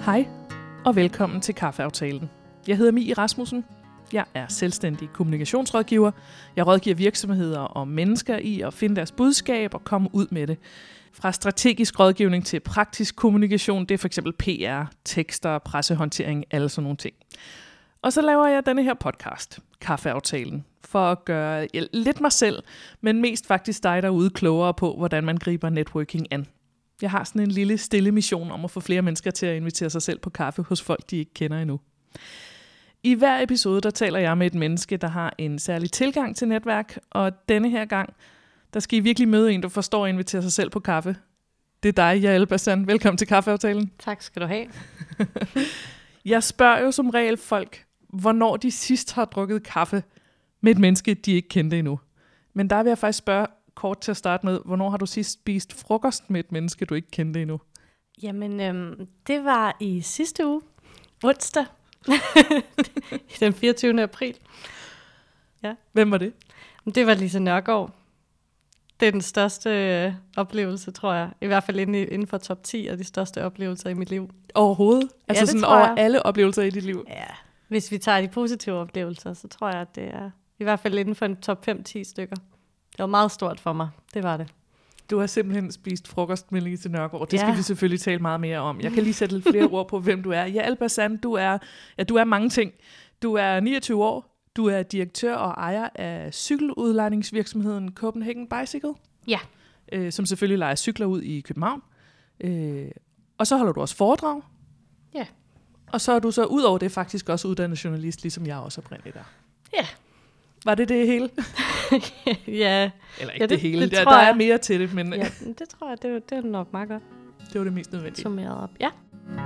Hej og velkommen til Kaffeaftalen. Jeg hedder Mie Rasmussen. Jeg er selvstændig kommunikationsrådgiver. Jeg rådgiver virksomheder og mennesker i at finde deres budskab og komme ud med det. Fra strategisk rådgivning til praktisk kommunikation, det er for eksempel PR, tekster, pressehåndtering, alle sådan nogle ting. Og så laver jeg denne her podcast, Kaffeaftalen, for at gøre lidt mig selv, men mest faktisk dig derude klogere på, hvordan man griber networking an. Jeg har sådan en lille stille mission om at få flere mennesker til at invitere sig selv på kaffe hos folk, de ikke kender endnu. I hver episode, der taler jeg med et menneske, der har en særlig tilgang til netværk, og denne her gang, der skal I virkelig møde en, der forstår at invitere sig selv på kaffe. Det er dig, Yael Bazan. Velkommen til Kaffeaftalen. Tak skal du have. Jeg spørger jo som regel folk, hvornår de sidst har drukket kaffe med et menneske, de ikke kendte endnu. Men der vil jeg faktisk spørge kort til at starte med, hvornår har du sidst spist frokost med et menneske, du ikke kendte endnu? Jamen, det var i sidste uge, onsdag, den 24. april. Ja. Hvem var det? Det var Lise Nørgaard. Det er den største oplevelse, tror jeg. I hvert fald inden for top 10 af de største oplevelser i mit liv. Overhovedet? Altså ja, sådan over alle oplevelser i dit liv? Ja, hvis vi tager de positive oplevelser, så tror jeg, at det er i hvert fald inden for en top 5-10 stykker. Det var meget stort for mig. Det var det. Du har simpelthen spist frokost med Lise Nørgaard. Det skal vi selvfølgelig tale meget mere om. Jeg kan lige sætte lidt flere ord på, hvem du er. Yael Bazan, du er mange ting. Du er 29 år. Du er direktør og ejer af cykeludlejningsvirksomheden Copenhagen Bicycle. Ja. Som selvfølgelig lejer cykler ud i København. Og så holder du også foredrag. Ja. Og så er du så ud over det faktisk også uddannet journalist, ligesom jeg også oprindeligt er. Ja. Var det hele? Ja. Eller ikke det hele. Det der er mere til det, men... Ja, det tror jeg, det er nok meget godt. Det var det mest nødvendige. Summeret op, ja.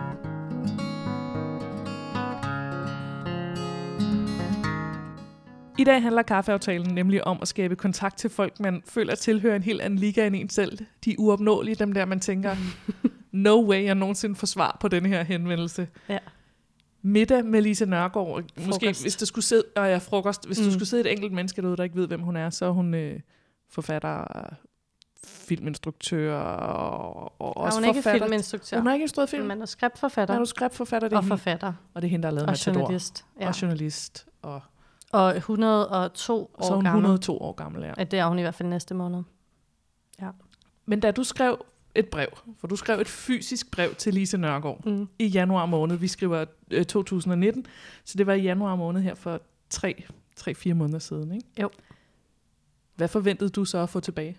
I dag handler Kaffeaftalen nemlig om at skabe kontakt til folk, man føler tilhører en helt anden liga end en selv. De er uopnåelige, dem der, man tænker, no way, jeg nogensinde får svar på denne her henvendelse. Ja. Middag med Lise Nørgaard. Frokost. Måske, hvis der skulle sidde... frokost. Hvis du skulle sidde et enkelt menneske derude, der ikke ved, hvem hun er, så er hun forfatter, filminstruktør og også hun er forfatter. ikke filminstruktør. Hun har ikke instrueret film. Manuskriptforfatter. Manuskriptforfatter. Og forfatter. Og det er hende, der har lavet Matador. Journalist. Ja. Og journalist. Og 102 år gammel. Så er hun 102 år gammel, ja. Det er hun i hvert fald næste måned. Ja. Men da du skrev et brev, for du skrev et fysisk brev til Lise Nørgaard i januar måned, vi skriver 2019, så det var i januar måned her for 3-4 måneder siden, ikke? Jo. Hvad forventede du så at få tilbage?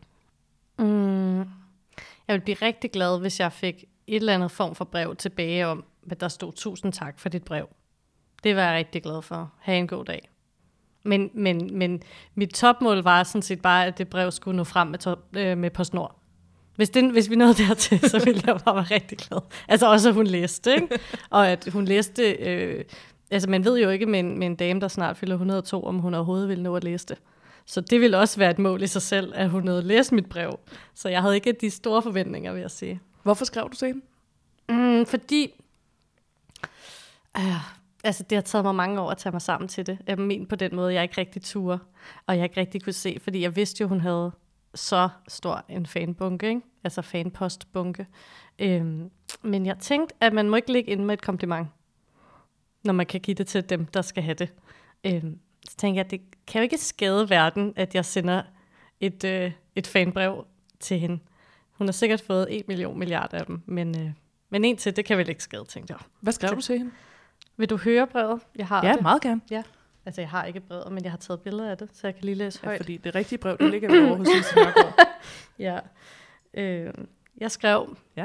Jeg ville blive rigtig glad, hvis jeg fik et eller andet form for brev tilbage om, at der stod 1000 tak for dit brev. Det var jeg rigtig glad for. Ha' en god dag. Men mit topmål var sådan set bare, at det brev skulle nå frem med PostNord. Hvis vi nåede dertil, så ville jeg bare være rigtig glad. Altså også, at hun læste, ikke? Og at hun læste... altså man ved jo ikke med en dame, der snart fylder 102, om hun overhovedet ville nå at læse det. Så det ville også være et mål i sig selv, at hun nåede at læse mit brev. Så jeg havde ikke de store forventninger, vil jeg sige. Hvorfor skrev du til hende? Fordi... Altså, det har taget mig mange år at tage mig sammen til det. Jeg mener på den måde, jeg ikke rigtig turde, og jeg ikke rigtig kunne se, fordi jeg vidste jo, hun havde så stor en fanbunke, ikke? Altså fanpostbunke. Men jeg tænkte, at man må ikke ligge inde med et kompliment, når man kan give det til dem, der skal have det. Så tænkte jeg, at det kan jo ikke skade verden, at jeg sender et fanbrev til hende. Hun har sikkert fået 1 milliard af dem, men en til, det kan vel ikke skade, tænkte jeg. Hvad skrev du til hende? Vil du høre brevet? Jeg har det. Meget gerne. Ja. Altså, jeg har ikke brevet, men jeg har taget billeder af det, så jeg kan lige læse højt. Fordi det rigtige brev, det ligger over hos Lise Nørgaard. Ja. Jeg skrev... Ja?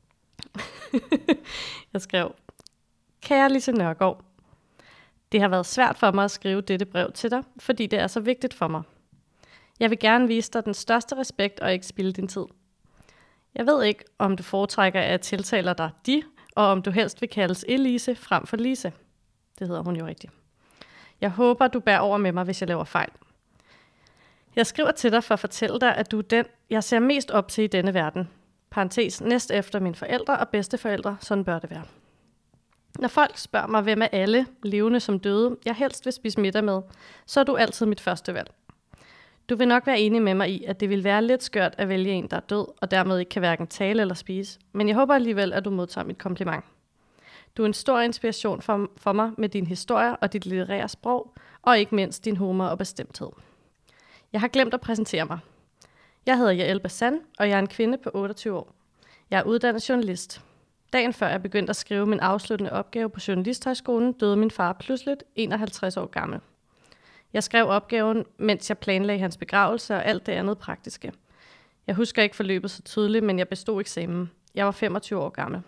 Jeg skrev... Kære Lise Nørgaard, det har været svært for mig at skrive dette brev til dig, fordi det er så vigtigt for mig. Jeg vil gerne vise dig den største respekt og ikke spilde din tid. Jeg ved ikke, om du foretrækker, at jeg tiltaler dig de, og om du helst vil kaldes Elise frem for Lise. Det hedder hun jo rigtigt. Jeg håber, du bærer over med mig, hvis jeg laver fejl. Jeg skriver til dig for at fortælle dig, at du er den, jeg ser mest op til i denne verden. Parentes næst efter mine forældre og bedsteforældre, sådan bør det være. Når folk spørger mig, hvem af alle, levende som døde, jeg helst vil spise middag med, så er du altid mit første valg. Du vil nok være enig med mig i, at det vil være lidt skørt at vælge en, der er død, og dermed ikke kan hverken tale eller spise. Men jeg håber alligevel, at du modtager mit kompliment. Du er en stor inspiration for mig med din historie og dit litterære sprog, og ikke mindst din humor og bestemthed. Jeg har glemt at præsentere mig. Jeg hedder Yael Bazan, og jeg er en kvinde på 28 år. Jeg er uddannet journalist. Dagen før jeg begyndte at skrive min afsluttende opgave på Journalisthøjskolen, døde min far pludseligt 51 år gammel. Jeg skrev opgaven, mens jeg planlagde hans begravelse og alt det andet praktiske. Jeg husker ikke forløbet så tydeligt, men jeg bestod eksamen. Jeg var 25 år gammel.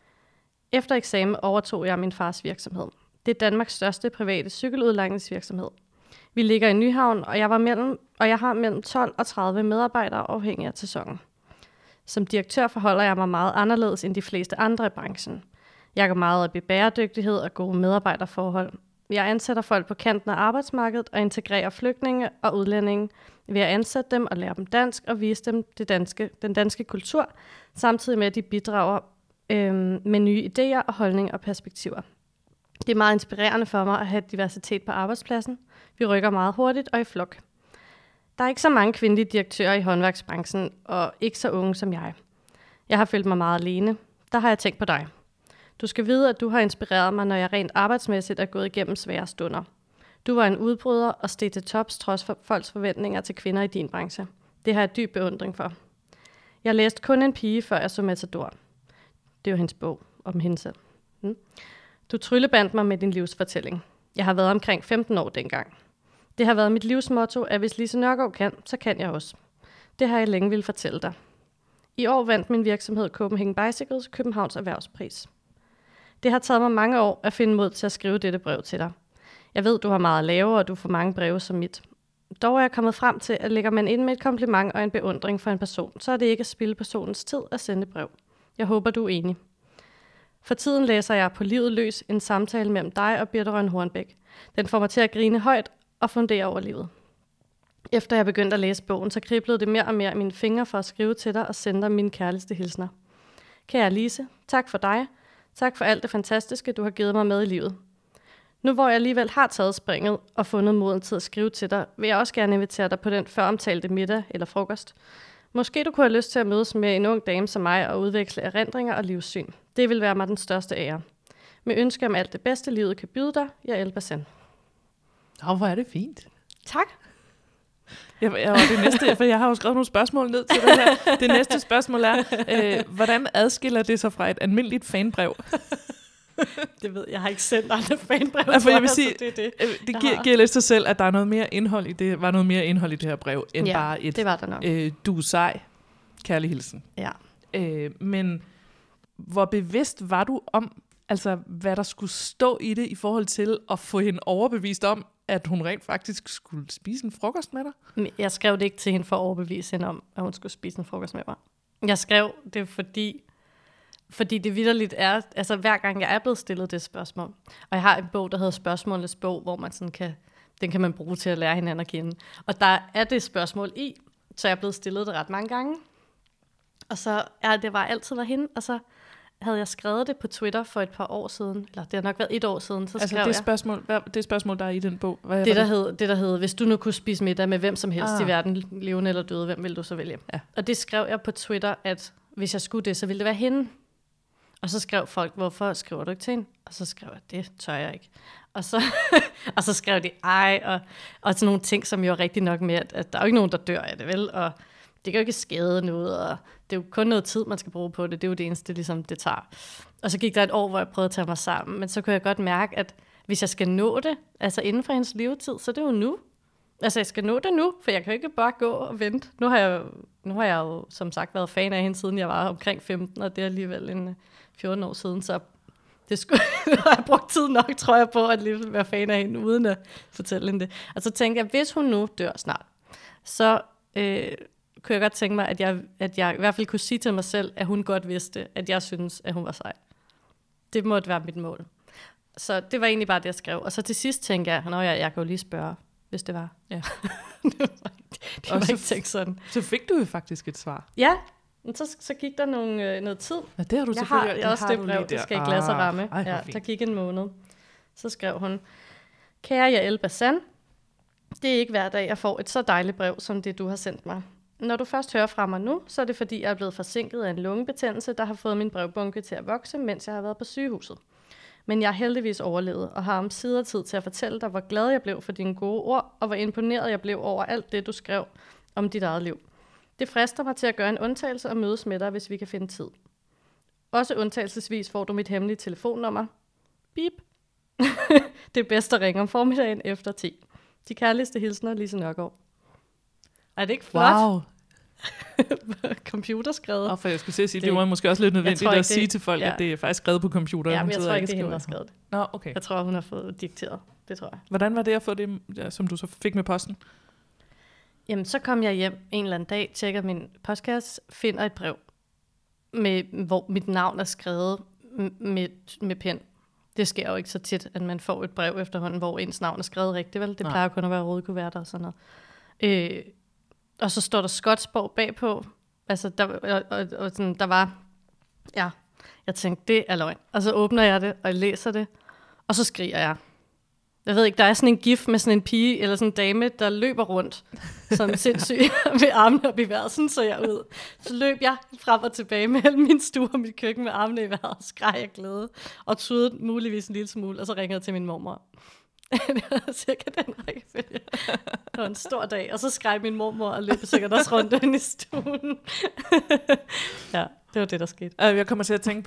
Efter eksamen overtog jeg min fars virksomhed. Det er Danmarks største private cykeludlejningsvirksomhed. Vi ligger i Nyhavn, og jeg har mellem 12 og 30 medarbejdere afhængig af sæsonen. Som direktør forholder jeg mig meget anderledes end de fleste andre i branchen. Jeg går meget op i bæredygtighed og gode medarbejderforhold. Jeg ansætter folk på kanten af arbejdsmarkedet og integrerer flygtninge og udlændinge ved at ansætte dem og lære dem dansk og vise dem den danske kultur, samtidig med at de bidrager med nye idéer og holdninger og perspektiver. Det er meget inspirerende for mig at have diversitet på arbejdspladsen. Vi rykker meget hurtigt og i flok. Der er ikke så mange kvindelige direktører i håndværksbranchen, og ikke så unge som jeg. Jeg har følt mig meget alene. Der har jeg tænkt på dig. Du skal vide, at du har inspireret mig, når jeg rent arbejdsmæssigt er gået igennem svære stunder. Du var en udbryder og steg til tops trods for folks forventninger til kvinder i din branche. Det har jeg dyb beundring for. Jeg læste kun en pige, før jeg så Matador. Det er jo hendes bog om hende selv. Du tryllebandt mig med din livsfortælling. Jeg har været omkring 15 år dengang. Det har været mit livsmotto, at hvis Lise Nørgaard kan, så kan jeg også. Det har jeg længe ville fortælle dig. I år vandt min virksomhed Copenhagen Bicycles Københavns Erhvervspris. Det har taget mig mange år at finde mod til at skrive dette brev til dig. Jeg ved, du har meget at lave, og du får mange breve som mit. Dog er jeg kommet frem til, at lægger man ind med et kompliment og en beundring for en person, så er det ikke at spilde personens tid at sende brev. Jeg håber, du er enig. For tiden læser jeg På livet løs, en samtale mellem dig og Birthe Rønn Hornbæk. Den får mig til at grine højt og fundere over livet. Efter jeg begyndte at læse bogen, så kriblede det mere og mere i mine fingre for at skrive til dig og sende dig mine kærligste hilsner. Kære Lise, tak for dig. Tak for alt det fantastiske, du har givet mig med i livet. Nu hvor jeg alligevel har taget springet og fundet moden til at skrive til dig, vil jeg også gerne invitere dig på den føromtalte middag eller frokost. Måske du kunne have lyst til at mødes med en ung dame som mig og udveksle erindringer og livssyn. Det vil være mig den største ære. Med ønske om alt det bedste, livet kan byde dig, Yael Bazan. Hvor er det fint. Tak. Det næste, for jeg har jo skrevet nogle spørgsmål ned til det her. Det næste spørgsmål er, hvordan adskiller det sig fra et almindeligt fanbrev? Det ved jeg har ikke sendt andre fanbrev. Altså, jeg vil sige, det giver lidt sig selv, at der er noget mere indhold i det. Var noget mere indhold i det her brev end bare et. Det var der nok. Du er sej. Kærlig hilsen. Ja. Men hvor bevidst var du om, altså hvad der skulle stå i det i forhold til at få hende overbevist om, at hun rent faktisk skulle spise en frokost med dig? Jeg skrev det ikke til hende for at overbevise hende om, at hun skulle spise en frokost med mig. Jeg skrev det, fordi det vitterligt er, altså hver gang jeg er blevet stillet det spørgsmål, og jeg har en bog, der hedder Spørgsmålenes bog, hvor man sådan den kan man bruge til at lære hinanden at kende. Og der er det spørgsmål i, så jeg er blevet stillet det ret mange gange. Og så det var altid var hende, og så havde jeg skrevet det på Twitter for et par år siden, eller det har nok været 1 år siden, så skrev det spørgsmål, der er i den bog. Det der hed, hvis du nu kunne spise middag med hvem som helst i verden, levende eller døde, hvem ville du så vælge? Ja. Og det skrev jeg på Twitter, at hvis jeg skulle det, så ville det være hende. Og så skrev folk, hvorfor skriver du ikke til hende? Og så skrev jeg, det tør jeg ikke. Og så skrev de, og sådan nogle ting, som jo er rigtig nok med, at der er jo ikke nogen, der dør af det, vel? Og det kan jo ikke skade noget, og det er jo kun noget tid, man skal bruge på det. Det er jo det eneste, ligesom det tager. Og så gik der 1 år, hvor jeg prøvede at tage mig sammen, men så kunne jeg godt mærke, at hvis jeg skal nå det, altså inden for hendes levetid, så er det jo nu. Altså jeg skal nå det nu, for jeg kan jo ikke bare gå og vente. Nu har jeg jo som sagt været fan af hende, siden jeg var omkring 15, og det er alligevel en 14 år siden, så nu har jeg brugt tid nok, tror jeg, på at lige være fan af hende, uden at fortælle hende det. Og så tænkte jeg, hvis hun nu dør snart, så kunne jeg godt tænke mig, at jeg i hvert fald kunne sige til mig selv, at hun godt vidste, at jeg synes, at hun var sej. Det måtte være mit mål. Så det var egentlig bare det, jeg skrev. Og så til sidst tænkte jeg, jeg kan jo lige spørge, hvis det var. Ja. det var ikke tænkt sådan. Så fik du jo faktisk et svar. Ja, men så gik der noget tid. Ja, det har du selvfølgelig. Jeg har også det brev, det skal i glas og ramme. Der gik en måned. Så skrev hun, kære Yael Bazan, det er ikke hver dag, jeg får et så dejligt brev, som det du har sendt mig. Når du først hører fra mig nu, så er det fordi, jeg er blevet forsinket af en lungebetændelse, der har fået min brevbunke til at vokse, mens jeg har været på sygehuset. Men jeg har heldigvis overlevet, og har omsider tid til at fortælle dig, hvor glad jeg blev for dine gode ord, og hvor imponeret jeg blev over alt det, du skrev om dit eget liv. Det frister mig til at gøre en undtagelse og mødes med dig, hvis vi kan finde tid. Også undtagelsesvis får du mit hemmelige telefonnummer. Bip. Det er bedst at ringe om formiddagen efter 10. De kærligste hilsner, Lise Nørgaard. Er det ikke flot? Wow. Computerskrevet. Og for jeg skulle sige, det var måske også lidt nødvendigt at sige til folk, at det er faktisk skrevet på computeren. Ja, men jeg tror ikke, det er hende, der har skrevet det. Nå, okay. Jeg tror, hun har fået dikteret. Det tror jeg. Hvordan var det at få det, som du så fik med posten? Jamen, så kom jeg hjem en eller anden dag, tjekker min postkasse, finder et brev, hvor mit navn er skrevet med pen. Det sker jo ikke så tit, at man får et brev efterhånden, hvor ens navn er skrevet rigtigt, vel? Det plejer kun at være røde kuverter og sådan noget. Og så står der Skotsborg bagpå. Altså, der var... Ja, jeg tænkte, det er løgn. Og så åbner jeg det, og jeg læser det, og så skriger jeg. Jeg ved ikke, der er sådan en gif med sådan en pige, eller sådan en dame, der løber rundt, sådan sindssyg, med armene op i vejret. Sådan så jeg ud. Så løb jeg frem og tilbage mellem min stue og mit køkken med armene i vejret, og skreg af glæde, og tudede muligvis en lille smule, og så ringede jeg til min mormor. Det var cirka den rækkefølge. Det var en stor dag, og så skreg min mormor og løb sikkert også rundt ind i stuen. Ja, det var det, der skete. Jeg kommer til at tænke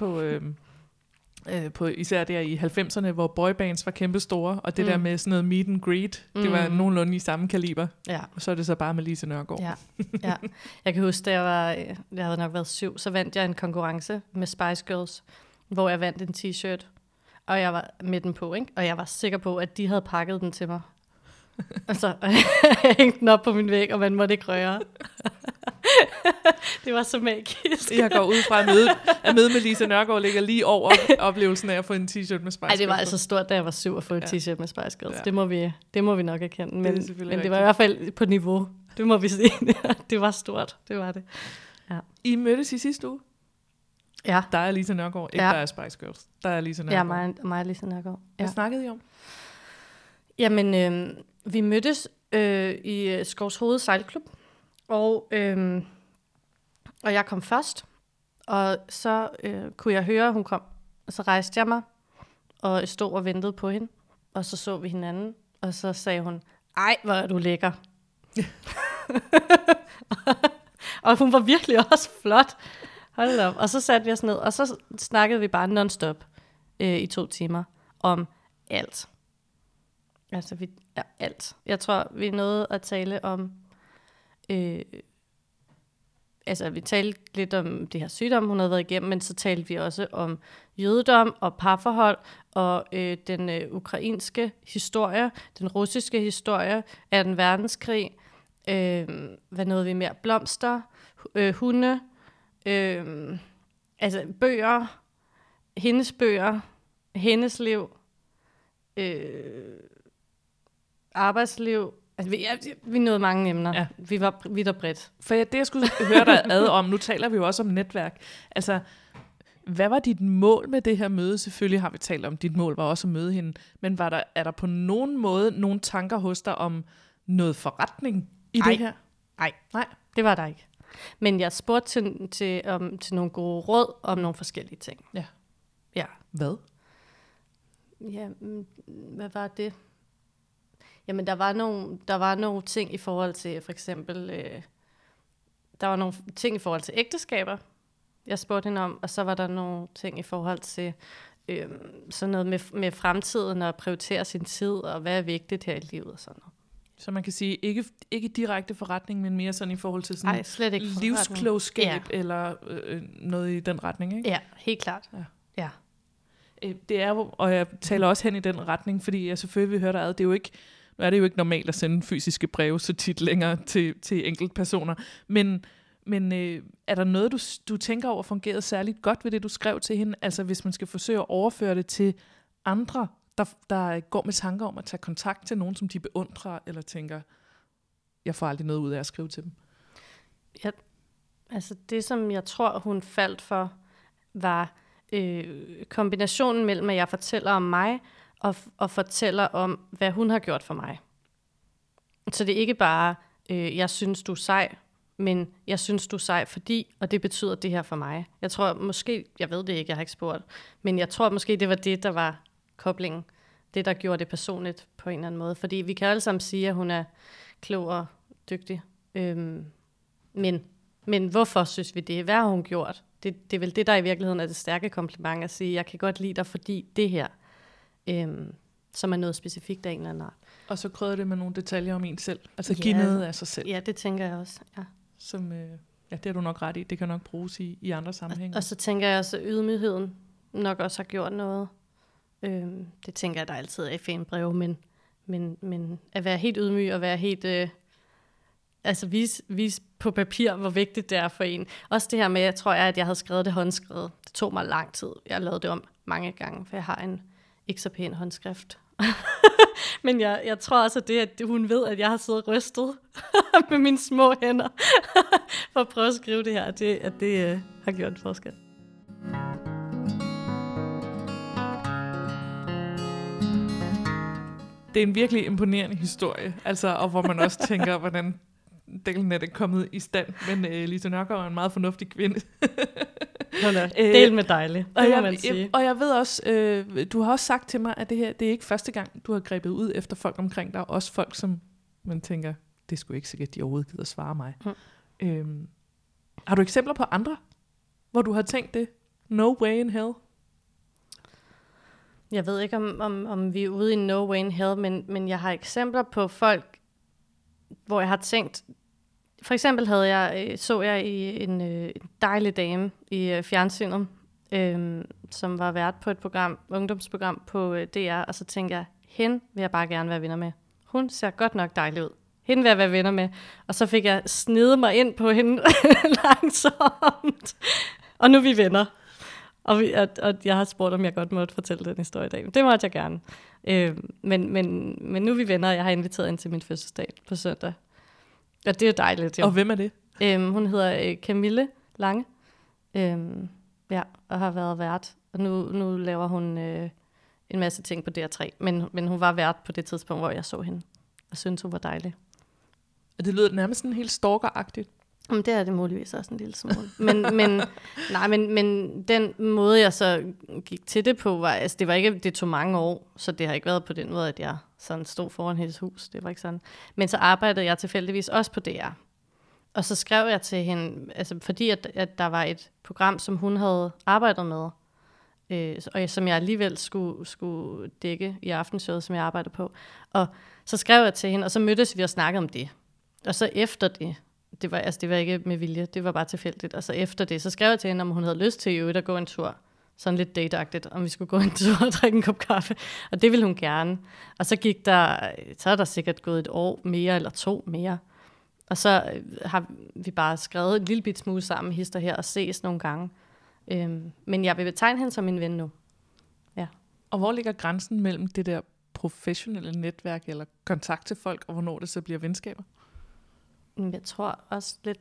på især der i 90'erne, hvor boybands var kæmpe store, og det der med sådan noget meet and greet, det var nogenlunde i samme kaliber. Ja. Og så er det så bare med Lise Nørgaard. Ja. Jeg kan huske, da jeg havde nok været 7, så vandt jeg en konkurrence med Spice Girls, hvor jeg vandt en t-shirt, og jeg var med den på, ikke? Og jeg var sikker på, at de havde pakket den til mig. Altså, jeg hængte den op på min væg, og man måtte ikke røre. Det var så magisk. Jeg går ud fra at møde med Lise Nørgaard ligger lige over oplevelsen af at få en t-shirt med Spice Girls. Ej, det var altså stort, da jeg var 7 at få en t-shirt med Spice Girls. Ja. Det må vi nok erkende. Men det var i hvert fald på niveau. Det må vi sige. Det var stort. Det var det. Ja. I mødtes i sidste uge? Ja. Der er Lise Nørgaard, ikke der er Spice Girls. Der er Lise Nørgaard. Ja, mig og Lise Nørgaard. Ja. Hvad snakkede I om? Jamen, vi mødtes i Skovshoved Sejlklub, og jeg kom først, og så kunne jeg høre, at hun kom, og så rejste jeg mig, og stod og ventede på hende, og så vi hinanden, og så sagde hun, ej, hvor er du lækker. Og hun var virkelig også flot. Hold op. Og så satte vi os ned, og så snakkede vi bare non-stop i 2 timer om alt. Altså, alt. Jeg tror, vi nåede at tale om... vi talte lidt om det her sygdom, hun havde været igennem, men så talte vi også om jødedom og parforhold, og den ukrainske historie, den russiske historie af den verdenskrig. Hvad nåede vi mere? Blomster, hunde, bøger, hendes liv, arbejdsliv. Altså, vi nåede mange emner. Ja. Vi var vidt og bredt. For det, jeg skulle høre dig ad om, nu taler vi jo også om netværk. Altså, hvad var dit mål med det her møde? Selvfølgelig har vi talt om, dit mål var også at møde hende. Men er der på nogen måde nogle tanker hos dig om noget forretning i det her? Nej, det var der ikke. Men jeg spurgte til nogle gode råd om nogle forskellige ting. Ja. Hvad? Ja, hvad var det? Jamen, der var nogle ting i forhold til, for eksempel, der var nogle ting i forhold til ægteskaber, jeg spurgte hende om, og så var der nogle ting i forhold til sådan noget med fremtiden og prioritere sin tid, og hvad er vigtigt her i livet og sådan noget. Så man kan sige, ikke direkte forretning, men mere sådan i forhold til sådan slet ikke livsklogskab eller noget i den retning, ikke? Ja, helt klart. Ja. Det er jo, og jeg taler også hen i den retning, fordi jeg selvfølgelig vil høre dig ad, det er jo ikke, nu er det jo ikke normalt at sende fysiske breve så tit længere til enkeltpersoner, men er der noget, du tænker over fungerede særligt godt ved det, du skrev til hende? Altså hvis man skal forsøge at overføre det til andre, der går med tanker om at tage kontakt til nogen, som de beundrer, eller tænker, jeg får aldrig noget ud af at skrive til dem. Ja, altså det, som jeg tror, hun faldt for, var kombinationen mellem, at jeg fortæller om mig, og fortæller om, hvad hun har gjort for mig. Så det er ikke bare, jeg synes, du er sej, men jeg synes, du er sej, fordi, og det betyder det her for mig. Jeg tror måske, jeg ved det ikke, jeg har ikke spurgt, men jeg tror måske, det var det, der var koblingen. Det, der gjorde det personligt på en eller anden måde. Fordi vi kan alle sammen sige, at hun er klog og dygtig. Men hvorfor synes vi det? Hvad har hun gjort? Det er vel det, der i virkeligheden er det stærke kompliment at sige, jeg kan godt lide dig, fordi det her, som er noget specifikt af en eller anden art. Og så krydder det med nogle detaljer om en selv. Altså give noget af sig selv. Ja, det tænker jeg også. Ja. Som, det har du nok ret i. Det kan nok bruges i andre sammenhænge. Og så tænker jeg også, at ydmygheden nok også har gjort noget. Det tænker jeg, der altid er i fanbreve, men at være helt ydmyg og være helt... vise på papir, hvor vigtigt det er for en. Også det her med, jeg tror, at jeg havde skrevet det håndskrevet. Det tog mig lang tid. Jeg lavede det om mange gange, for jeg har en ikke så pæn håndskrift. Men jeg tror også, at det, at hun ved, at jeg har siddet rystet med mine små hænder for at prøve at skrive det her, at det har gjort en forskel. Det er en virkelig imponerende historie, altså, og hvor man også tænker, hvordan delen er det kommet i stand. Men Lise Nørgaard er en meget fornuftig kvinde. Del med dejligt, det må man sige. Og jeg ved også, du har også sagt til mig, at det her, det er ikke første gang, du har grebet ud efter folk omkring dig. Også folk, som man tænker, det er sgu ikke sikkert, de overhovedet gider svare mig. Har du eksempler på andre, hvor du har tænkt det? No way in hell. Jeg ved ikke, om vi er ude i no way in hell, men jeg har eksempler på folk, hvor jeg har tænkt... For eksempel så jeg i en dejlig dame i fjernsynet, som var vært på et ungdomsprogram på DR, og så tænkte jeg, hende vil jeg bare gerne være venner med. Hun ser godt nok dejlig ud. Hende vil jeg være venner med. Og så fik jeg snedet mig ind på hende langsomt. Og nu er vi venner. Og jeg har spurgt, om jeg godt måtte fortælle den historie i dag. Det måtte jeg gerne. Men nu er vi venner, og jeg har inviteret hende til min fødselsdag på søndag. Og det er jo dejligt. Jo. Og hvem er det? Hun hedder Camille Lange. Og har været vært. Og nu laver hun en masse ting på DR3. Men hun var vært på det tidspunkt, hvor jeg så hende. Og syntes, hun var dejlig. Og det lyder nærmest sådan helt stalkeragtigt. Men det er det muligvis også en lille smule. Men den måde, jeg så gik til det på, var, altså det tog mange år, så det har ikke været på den måde, at jeg sådan stod foran hendes hus. Det var ikke sådan. Men så arbejdede jeg tilfældigvis også på DR. Og så skrev jeg til hende, altså fordi at der var et program, som hun havde arbejdet med, og som jeg alligevel skulle dække i aftenshowet, som jeg arbejdede på. Og så skrev jeg til hende, og så mødtes vi og snakkede om det. Og så efter det var ikke med vilje, det var bare tilfældigt. Og så efter det, så skrev jeg til hende, om hun havde lyst til at gå en tur. Sådan lidt dateagtigt, om vi skulle gå en tur og drikke en kop kaffe. Og det ville hun gerne. Og så er der sikkert gået et år mere, eller 2 mere. Og så har vi bare skrevet en lille bit smule sammen, hister her, og ses nogle gange. Men jeg vil betegne hende som min ven nu. Ja. Og hvor ligger grænsen mellem det der professionelle netværk, eller kontakt til folk, og hvornår det så bliver venskaber? Jeg tror også lidt...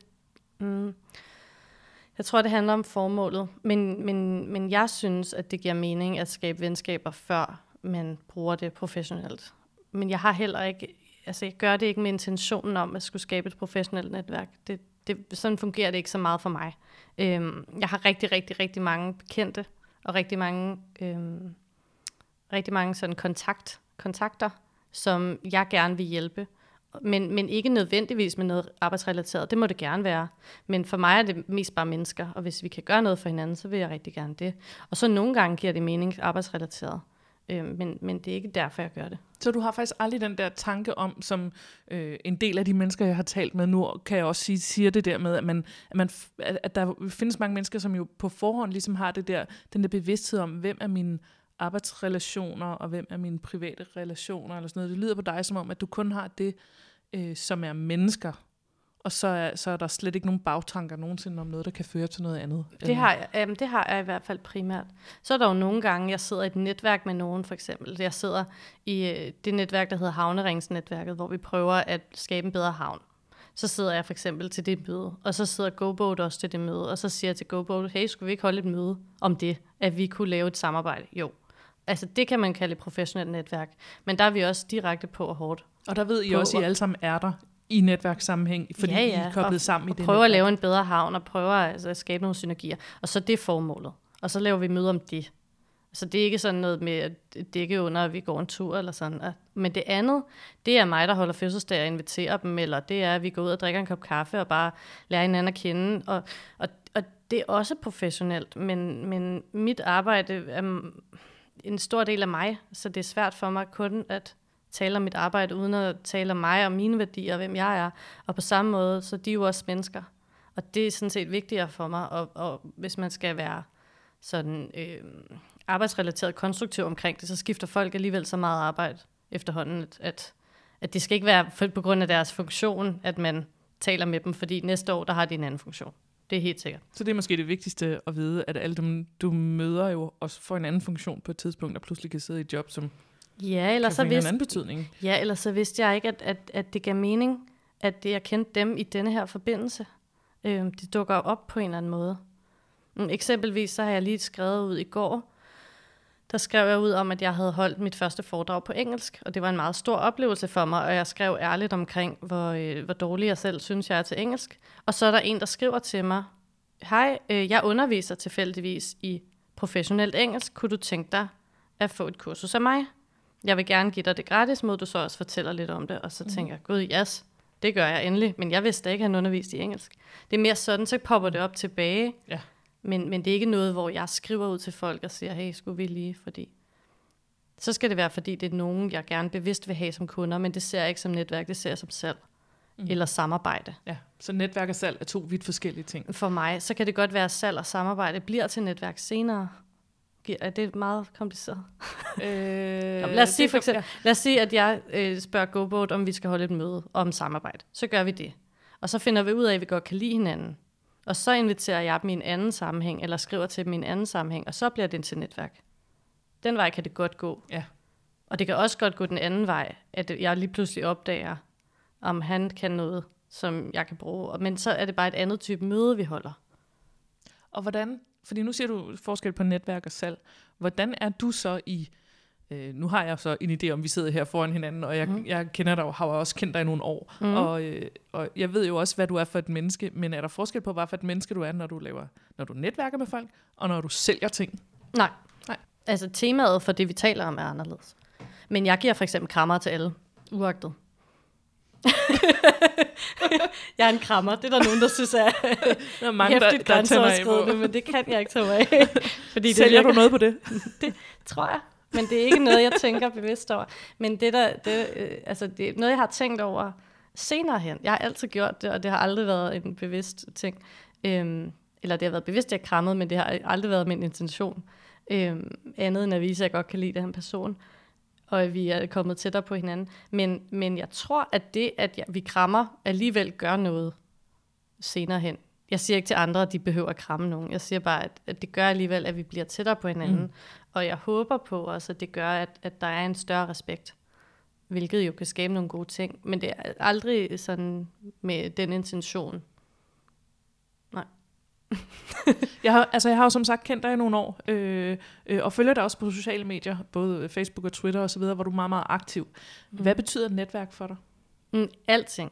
Jeg tror, det handler om formålet. Men jeg synes, at det giver mening at skabe venskaber, før man bruger det professionelt. Men jeg har heller ikke... Altså, jeg gør det ikke med intentionen om at skulle skabe et professionelt netværk. Sådan fungerer det ikke så meget for mig. Jeg har rigtig, rigtig, rigtig mange bekendte, og rigtig mange sådan kontakter, som jeg gerne vil hjælpe. Men ikke nødvendigvis med noget arbejdsrelateret. Det må det gerne være. Men for mig er det mest bare mennesker, og hvis vi kan gøre noget for hinanden, så vil jeg rigtig gerne det. Og så nogle gange giver det mening arbejdsrelateret. Men det er ikke derfor, jeg gør det. Så du har faktisk aldrig den der tanke om, som en del af de mennesker, jeg har talt med nu, kan jeg også siger det der med, at der findes mange mennesker, som jo på forhånd ligesom har den der bevidsthed om, hvem er mine arbejdsrelationer, og hvem er mine private relationer, eller sådan noget. Det lyder på dig som om, at du kun har det, som er mennesker, og så er der slet ikke nogen bagtanker nogensinde om noget, der kan føre til noget andet. Det har jeg i hvert fald primært. Så er der jo nogle gange, jeg sidder i et netværk med nogen, for eksempel. Jeg sidder i det netværk, der hedder Havneringsnetværket, hvor vi prøver at skabe en bedre havn. Så sidder jeg for eksempel til det møde, og så sidder GoBoat også til det møde, og så siger jeg til GoBoat, hey, skulle vi ikke holde et møde om det, at vi kunne lave et samarbejde? Jo. Altså, det kan man kalde et professionelt netværk, men der er vi også direkte på og hårdt. Og der ved I også, at I alle sammen er der i netværkssammenhæng, fordi I er koblet sammen i det. Og prøver at lave en bedre havn, og prøver at skabe nogle synergier. Og så det er formålet. Og så laver vi møder om det. Så det er ikke sådan noget med at dække under, at vi går en tur eller sådan. Men det andet, det er mig, der holder fødselsdag og inviterer dem, eller det er, at vi går ud og drikker en kop kaffe og bare lærer hinanden at kende. Og det er også professionelt, men mit arbejde er en stor del af mig, så det er svært for mig kun at tale om mit arbejde, uden at tale om mig og mine værdier og hvem jeg er. Og på samme måde, så de er jo også mennesker. Og det er sådan set vigtigere for mig, og hvis man skal være sådan arbejdsrelateret konstruktiv omkring det, så skifter folk alligevel så meget arbejde efterhånden, at det skal ikke være på grund af deres funktion, at man taler med dem, fordi næste år, der har de en anden funktion. Det er helt sikkert. Så det er måske det vigtigste at vide, at alle dem, du møder jo også får en anden funktion på et tidspunkt, og pludselig kan sidde i et job, som eller kan få en anden betydning. Ja, eller så vidste jeg ikke, at det gav mening, at jeg kendte dem i denne her forbindelse. De dukker op på en eller anden måde. Eksempelvis så har jeg lige skrevet ud i går, der skrev jeg ud om, at jeg havde holdt mit første foredrag på engelsk, og det var en meget stor oplevelse for mig, og jeg skrev ærligt omkring, hvor dårlig jeg selv synes, jeg er til engelsk. Og så er der en, der skriver til mig, hej, jeg underviser tilfældigvis i professionelt engelsk, kunne du tænke dig at få et kursus af mig? Jeg vil gerne give dig det gratis, må du så også fortæller lidt om det, og så tænker jeg, gud, yes, det gør jeg endelig, men jeg vidste ikke, at han underviste i engelsk. Det er mere sådan, så popper det op tilbage. Ja. Men det er ikke noget, hvor jeg skriver ud til folk og siger, hey, skulle vi lige, fordi... Så skal det være, fordi det er nogen, jeg gerne bevidst vil have som kunder, men det ser jeg ikke som netværk, det ser jeg som salg. Eller samarbejde. Ja, så netværk og salg er to vidt forskellige ting. For mig, så kan det godt være, at salg og samarbejde bliver til netværk senere. Er det meget kompliceret? Lad os sige for eksempel, lad os sige, at jeg spørger GoBoat, om vi skal holde et møde om samarbejde. Så gør vi det. Og så finder vi ud af, at vi godt kan lide hinanden. Og så inviterer jeg dem i en anden sammenhæng, eller skriver til dem i en anden sammenhæng, og så bliver det til netværk. Den vej kan det godt gå. Ja. Og det kan også godt gå den anden vej, at jeg lige pludselig opdager, om han kan noget, som jeg kan bruge. Men så er det bare et andet type møde, vi holder. Og hvordan, fordi nu siger du forskel på netværk og salg, hvordan er du så i, nu har jeg så en idé om, vi sidder her foran hinanden, og jeg kender dig, har også kendt dig i nogle år, og jeg ved jo også, hvad du er for et menneske, men er der forskel på, hvad for et menneske du er, når du netværker med folk, og når du sælger ting? Nej. Altså temaet for det, vi taler om, er anderledes. Men jeg giver for eksempel krammer til alle, uagtet. Jeg er en krammer. Det er der nogen, der synes er hæftigt grænseoverskridende, men det kan jeg ikke tage mig af. Fordi sælger du noget på det? Det tror jeg. Men det er ikke noget, jeg tænker bevidst over. Men det er noget, jeg har tænkt over senere hen. Jeg har altid gjort det, og det har aldrig været en bevidst ting. Eller det har været bevidst, at jeg krammede, men det har aldrig været min intention. Andet end at vise, at jeg godt kan lide den person. Og at vi er kommet tættere på hinanden. Men jeg tror, at det, at vi krammer, alligevel gør noget senere hen. Jeg siger ikke til andre, at de behøver at kramme nogen. Jeg siger bare, at det gør alligevel, at vi bliver tættere på hinanden. Og jeg håber på også, at det gør, at der er en større respekt. Hvilket jo kan skabe nogle gode ting. Men det er aldrig sådan med den intention. Nej. Jeg har jo som sagt kendt dig i nogle år, og følger dig også på sociale medier, både Facebook og Twitter og så videre, hvor du er meget, meget aktiv. Hvad betyder netværk for dig? Alting.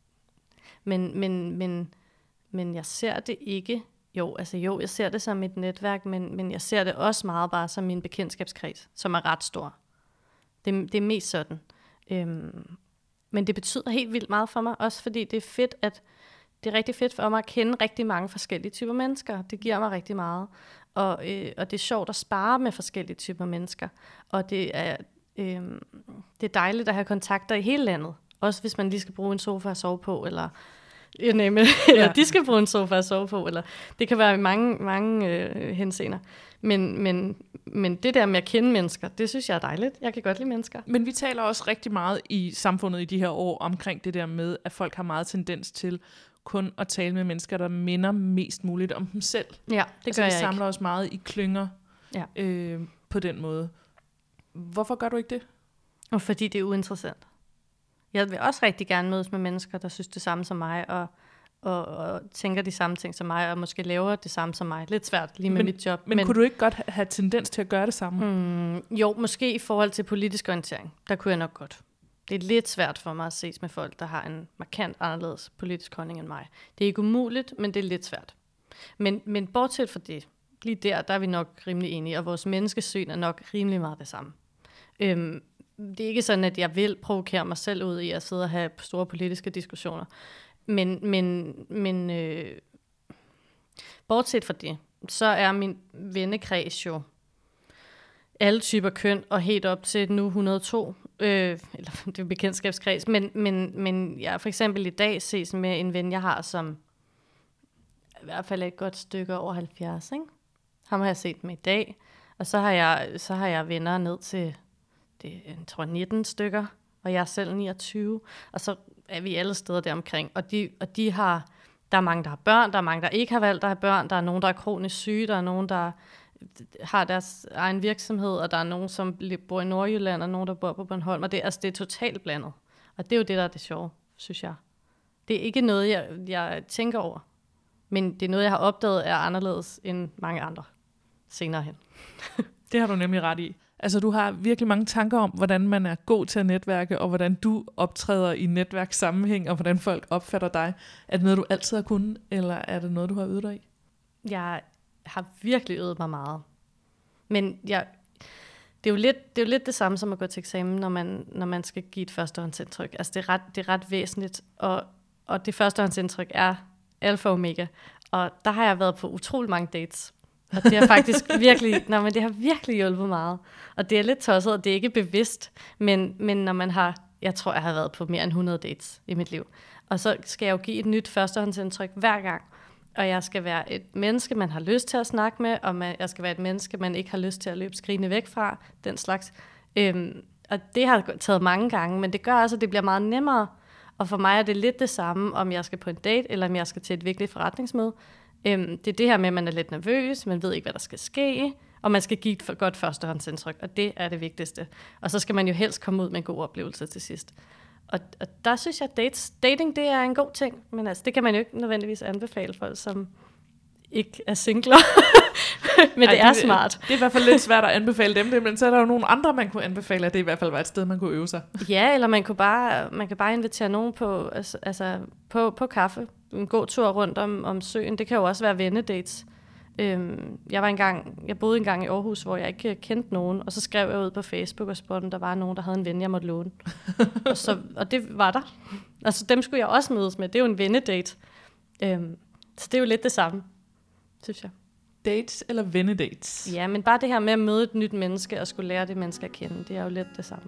Men jeg ser det ikke. Jo, jeg ser det som et netværk, men jeg ser det også meget bare som min bekendtskabskreds, som er ret stor. Det er mest sådan. Men det betyder helt vildt meget for mig, også fordi det er fedt, det er rigtig fedt for mig at kende rigtig mange forskellige typer mennesker. Det giver mig rigtig meget. Og det er sjovt at spare med forskellige typer mennesker. Og det er dejligt at have kontakter i hele landet. Også hvis man lige skal bruge en sofa at sove på, eller de skal bruge en sofa at sove på, eller det kan være i mange henseender. Men det der med at kende mennesker, det synes jeg er dejligt. Jeg kan godt lide mennesker. Men vi taler også rigtig meget i samfundet i de her år omkring det der med, at folk har meget tendens til kun at tale med mennesker, der minder mest muligt om dem selv. Ja, det gør jeg ikke. Vi samler os meget i klynger på den måde. Hvorfor gør du ikke det? Og fordi det er uinteressant. Jeg vil også rigtig gerne mødes med mennesker, der synes det samme som mig, og tænker de samme ting som mig, og måske laver det samme som mig. Lidt svært lige med mit job. Men kunne du ikke godt have tendens til at gøre det samme? Jo, måske i forhold til politisk orientering. Der kunne jeg nok godt. Det er lidt svært for mig at ses med folk, der har en markant anderledes politisk holdning end mig. Det er ikke umuligt, men det er lidt svært. Men bortset fra det, lige der er vi nok rimelig enige, og vores menneskesyn er nok rimelig meget det samme. Det er ikke sådan, at jeg vil provokere mig selv ud i at sidde og have store politiske diskussioner. Men bortset fra det, så er min vennekreds jo alle typer køn, og helt op til nu 102, eller det er bekendtskabskreds, men jeg for eksempel i dag ses med en ven, jeg har, som i hvert fald er et godt stykke over 70, ikke? Ham har jeg set med i dag, og så har jeg venner ned til, jeg tror 19 stykker, og jeg er selv 29, og så er vi alle steder deromkring, og de har, der er mange, der har børn, der er mange, der ikke har valgt at have børn, der er nogen, der er kronisk syge, der er nogen, der har deres egen virksomhed, og der er nogen, som bor i Nordjylland, og nogen, der bor på Bornholm, og det er totalt blandet. Og det er jo det, der er det sjove, synes jeg. Det er ikke noget, jeg tænker over, men det er noget, jeg har opdaget er anderledes end mange andre senere hen. Det har du nemlig ret i. Altså, du har virkelig mange tanker om, hvordan man er god til at netværke, og hvordan du optræder i netværkssammenhæng, og hvordan folk opfatter dig. Er det noget, du altid har kunnet, eller er det noget, du har øvet dig i? Jeg har virkelig øvet mig meget. Men det er jo lidt det samme som at gå til eksamen, når man skal give et førstehåndsindtryk. Altså, det er ret væsentligt, og det førstehåndsindtryk er alfa og omega. Og der har jeg været på utrolig mange dates. Og det har faktisk det har virkelig hjulpet meget. Og det er lidt tosset, og det er ikke bevidst, men når man har, jeg tror, jeg har været på mere end 100 dates i mit liv. Og så skal jeg jo give et nyt førstehåndsindtryk hver gang. Og jeg skal være et menneske, man har lyst til at snakke med, og jeg skal være et menneske, man ikke har lyst til at løbe skrigende væk fra, den slags. Og det har taget mange gange, men det gør også, at det bliver meget nemmere. Og for mig er det lidt det samme, om jeg skal på en date, eller om jeg skal til et vigtigt forretningsmøde. Det er det her med, at man er lidt nervøs, man ved ikke, hvad der skal ske, og man skal give et godt førstehåndsindtryk, og det er det vigtigste. Og så skal man jo helst komme ud med en god oplevelse til sidst. Og der synes jeg, at dating det er en god ting, men altså, det kan man jo ikke nødvendigvis anbefale folk, som ikke er singler. Men det er smart. Det er i hvert fald lidt svært at anbefale dem, men så er der jo nogle andre, man kunne anbefale, at det i hvert fald var et sted, man kunne øve sig. Ja, eller man kan bare invitere nogen på kaffe. En god tur rundt om søen. Det kan jo også være vennedates. Jeg boede engang i Aarhus, hvor jeg ikke kendte nogen, og så skrev jeg ud på Facebook og spurgte, om der var nogen, der havde en ven, jeg måtte låne. og det var der. Altså, dem skulle jeg også mødes med. Det er jo en vennedate. Så det er jo lidt det samme, synes jeg. Dates eller vennedates? Ja, men bare det her med at møde et nyt menneske og skulle lære det menneske at kende, det er jo lidt det samme.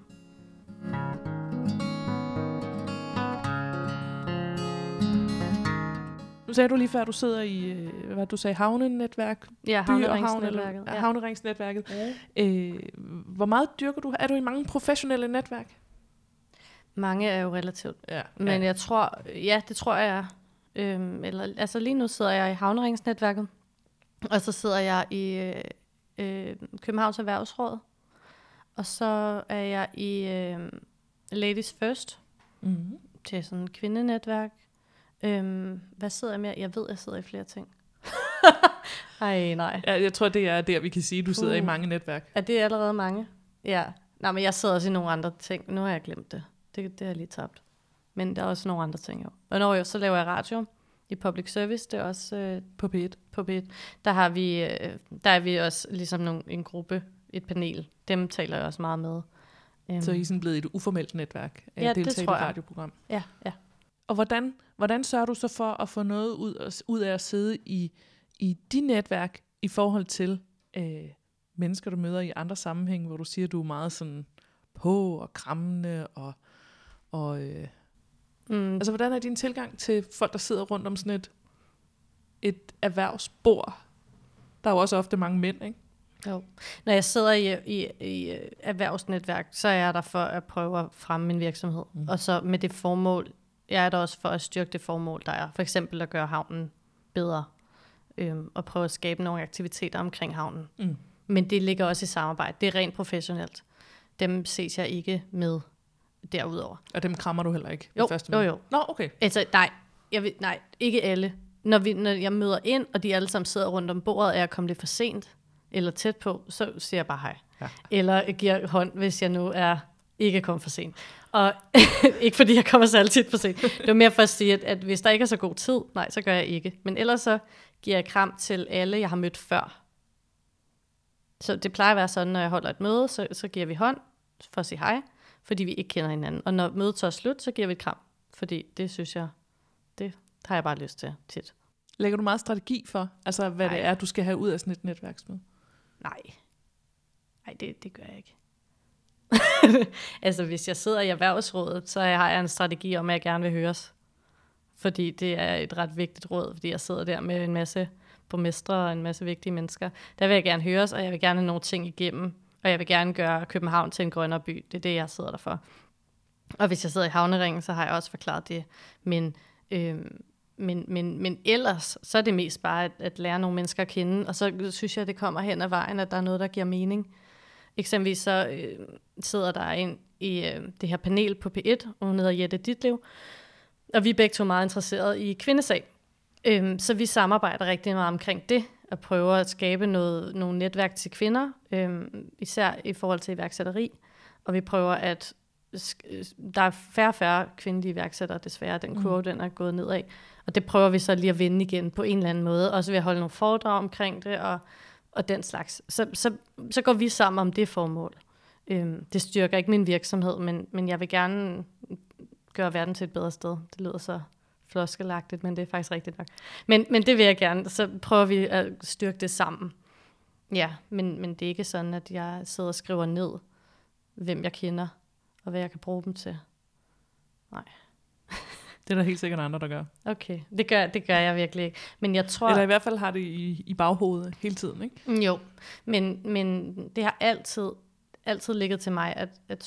Nu sagde du lige før, du sidder i, hvad du sagde, havnenetværk? Ja, havneringsnetværket. Havneringsnetværket. Ja. Hvor meget dyrker du? Er du i mange professionelle netværk? Mange er jo relativt. Ja. Men jeg tror, det tror jeg er. Lige nu sidder jeg i havneringsnetværket, og så sidder jeg i Københavns Erhvervsråd, og så er jeg i Ladies First, til sådan et kvindenetværk. Hvad sidder jeg med? Jeg ved, jeg sidder i flere ting. Ej, nej. Ja, jeg tror, det er der, vi kan sige, at du sidder i mange netværk. Er det allerede mange? Ja. Nej, men jeg sidder også i nogle andre ting. Nu har jeg glemt det. Det har jeg lige tabt. Men der er også nogle andre ting, jo. Og så laver jeg radio i public service. Det er også på P1. På P1. Der er vi også ligesom en gruppe, et panel. Dem taler jeg også meget med. Så I er sådan blevet et uformelt netværk af at deltage i et radioprogram? Ja. Og hvordan sørger du så for at få noget ud af at sidde i dit netværk i forhold til mennesker, du møder i andre sammenhænge, hvor du siger, at du er meget sådan på og krammende altså, hvordan er din tilgang til folk, der sidder rundt om sådan et erhvervsbord? Der er jo også ofte mange mænd, ikke? Jo. Når jeg sidder i erhvervsnetværk, så er jeg der for at prøve at fremme min virksomhed. Og så med det formål, jeg er der også for at styrke det formål, der er. For eksempel at gøre havnen bedre. Og prøve at skabe nogle aktiviteter omkring havnen. Men det ligger også i samarbejde. Det er rent professionelt. Dem ses jeg ikke med derudover. Og dem krammer du heller ikke? Jo. Nå, okay. Altså, nej, ikke alle. Når jeg møder ind, og de alle sammen sidder rundt om bordet, og jeg kommer lidt for sent, eller tæt på, så siger jeg bare hej. Ja. Eller giver hånd, hvis jeg nu er ikke kommet for sent. Og ikke fordi jeg kommer så altid for sent. Det var mere for at sige, at hvis der ikke er så god tid, nej, så gør jeg ikke. Men ellers så giver jeg kram til alle, jeg har mødt før. Så det plejer at være sådan, når jeg holder et møde, så giver vi hånd for at sige hej, fordi vi ikke kender hinanden. Og når mødet så er slut, så giver vi et kram, fordi det synes jeg, det har jeg bare lyst til tit. Lægger du meget strategi for, altså hvad det er, du skal have ud af sådan et netværksmøde? Nej, det gør jeg ikke. Altså hvis jeg sidder i erhvervsrådet, så har jeg en strategi om, at jeg gerne vil høres. Fordi det er et ret vigtigt råd, fordi jeg sidder der med en masse borgmestre og en masse vigtige mennesker. Der vil jeg gerne høres, og jeg vil gerne have nogle ting igennem. Og jeg vil gerne gøre København til en grønnere by. Det er det, jeg sidder der for. Og hvis jeg sidder i havneringen, så har jeg også forklaret det. Men ellers, så er det mest bare at lære nogle mennesker at kende. Og så synes jeg, det kommer hen ad vejen, at der er noget, der giver mening. Eksempelvis så sidder der en i det her panel på P1, og hun hedder Jette Ditlev. Og vi er begge to meget interesserede i kvindesag. Så vi samarbejder rigtig meget omkring det, og prøver at skabe nogle netværk til kvinder, især i forhold til iværksætteri. Og vi prøver at der er færre kvindelige iværksættere, desværre. Den kurve, den er gået nedad. Og det prøver vi så lige at vinde igen på en eller anden måde. Også ved at holde nogle foredrag omkring det, og den slags. Så går vi sammen om det formål. Det styrker ikke min virksomhed, men jeg vil gerne gøre verden til et bedre sted. Det lyder så floskelagtigt, men det er faktisk rigtigt nok. Men det vil jeg gerne. Så prøver vi at styrke det sammen. Ja, men det er ikke sådan, at jeg sidder og skriver ned, hvem jeg kender, og hvad jeg kan bruge dem til. Nej. Det er der helt sikkert andre, der gør. Okay, det gør jeg virkelig ikke. Men jeg tror... Eller i hvert fald har det i baghovedet hele tiden, ikke? Jo, men det har altid ligget til mig, at